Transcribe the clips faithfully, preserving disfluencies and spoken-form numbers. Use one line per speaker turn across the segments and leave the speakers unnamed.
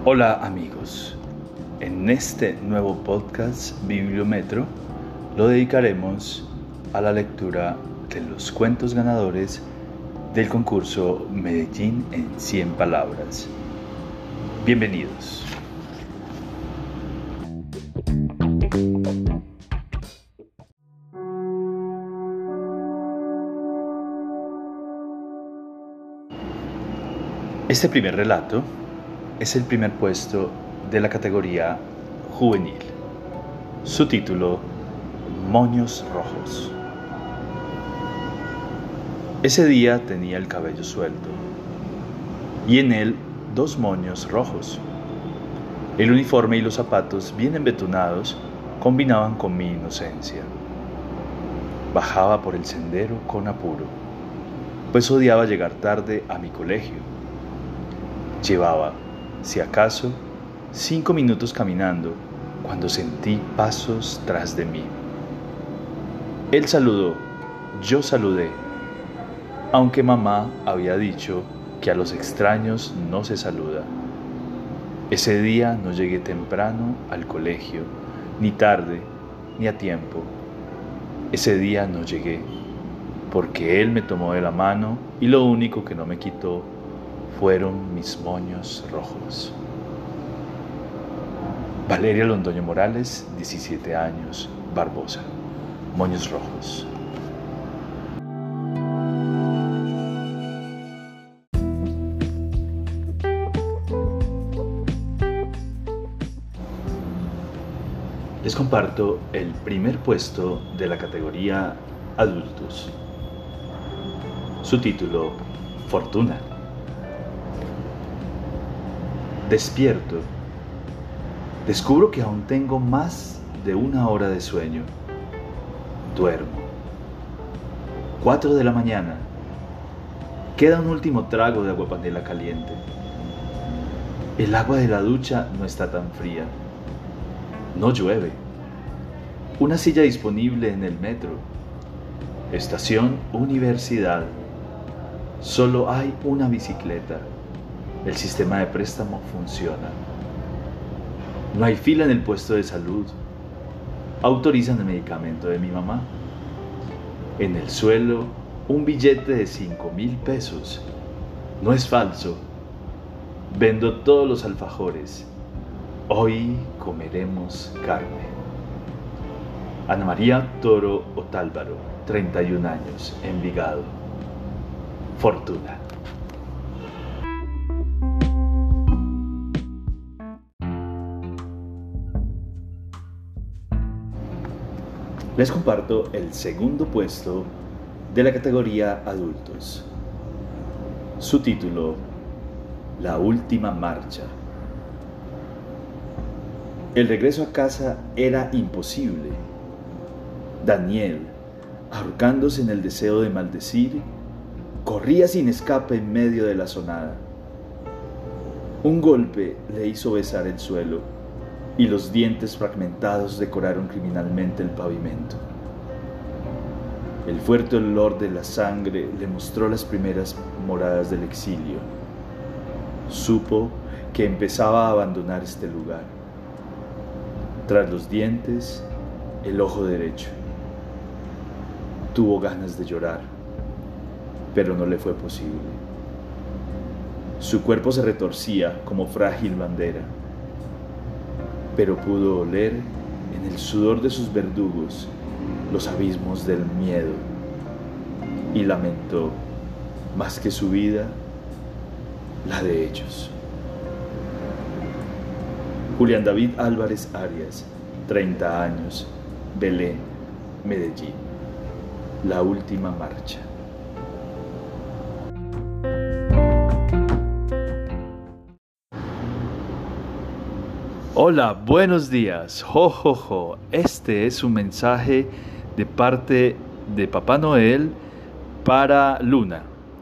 Hola amigos, en este nuevo podcast Bibliometro lo dedicaremos a la lectura de los cuentos ganadores del concurso Medellín en cien palabras. Bienvenidos. Este primer relato es el primer puesto de la categoría juvenil. Su título, Moños Rojos. Ese día tenía el cabello suelto y en él dos moños rojos. El uniforme y los zapatos bien embetunados combinaban con mi inocencia. Bajaba por el sendero con apuro, pues odiaba llegar tarde a mi colegio. Llevaba, si acaso, cinco minutos caminando cuando sentí pasos tras de mí. Él saludó, yo saludé, aunque mamá había dicho que a los extraños no se saluda. Ese día no llegué temprano al colegio, ni tarde, ni a tiempo. Ese día no llegué, porque él me tomó de la mano y lo único que no me quitó fueron mis moños rojos. Valeria Londoño Morales, diecisiete años, Barbosa. Moños rojos. Les comparto el primer puesto de la categoría adultos. Su título, Fortuna. Despierto. Descubro que aún tengo más de una hora de sueño. Duermo. Cuatro de la mañana. Queda un último trago de agua panela caliente. El agua de la ducha no está tan fría. No llueve. Una silla disponible en el metro. Estación Universidad. Solo hay una bicicleta. El sistema de préstamo funciona. No hay fila en el puesto de salud. Autorizan el medicamento de mi mamá. En el suelo, un billete de cinco mil pesos. No es falso. Vendo todos los alfajores. Hoy comeremos carne. Ana María Toro Otálvaro, treinta y un años, Envigado. Fortuna. Les comparto el segundo puesto de la categoría adultos. Su título, La última marcha. El regreso a casa era imposible. Daniel, ahorcándose en el deseo de maldecir, corría sin escape en medio de la sonada. Un golpe le hizo besar el suelo y los dientes fragmentados decoraron criminalmente el pavimento. El fuerte olor de la sangre le mostró las primeras moradas del exilio. Supo que empezaba a abandonar este lugar. Tras los dientes, el ojo derecho. Tuvo ganas de llorar, pero no le fue posible. Su cuerpo se retorcía como frágil bandera, pero pudo oler en el sudor de sus verdugos los abismos del miedo y lamentó, más que su vida, la de ellos. Julián David Álvarez Arias, treinta años, Belén, Medellín. La última marcha. Hola, buenos días. Jo, jo, jo. Este es un mensaje de parte de Papá Noel para Luna,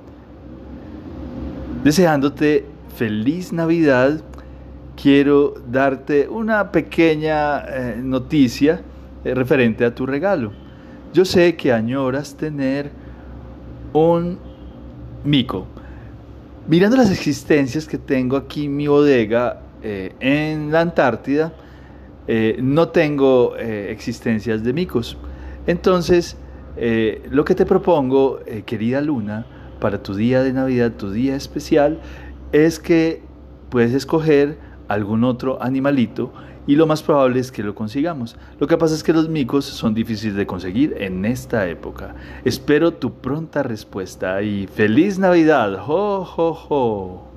deseándote feliz Navidad. Quiero darte una pequeña eh, noticia eh, referente a tu regalo. Yo sé que añoras tener un mico. Mirando las existencias que tengo aquí en mi bodega, eh, en la Antártida eh, no tengo eh, existencias de micos. Entonces, eh, lo que te propongo, eh, querida Luna, para tu día de Navidad, tu día especial, es que puedes escoger algún otro animalito y lo más probable es que lo consigamos. Lo que pasa es que los micos son difíciles de conseguir en esta época. Espero tu pronta respuesta y ¡feliz Navidad! ¡Jo, jo, jo!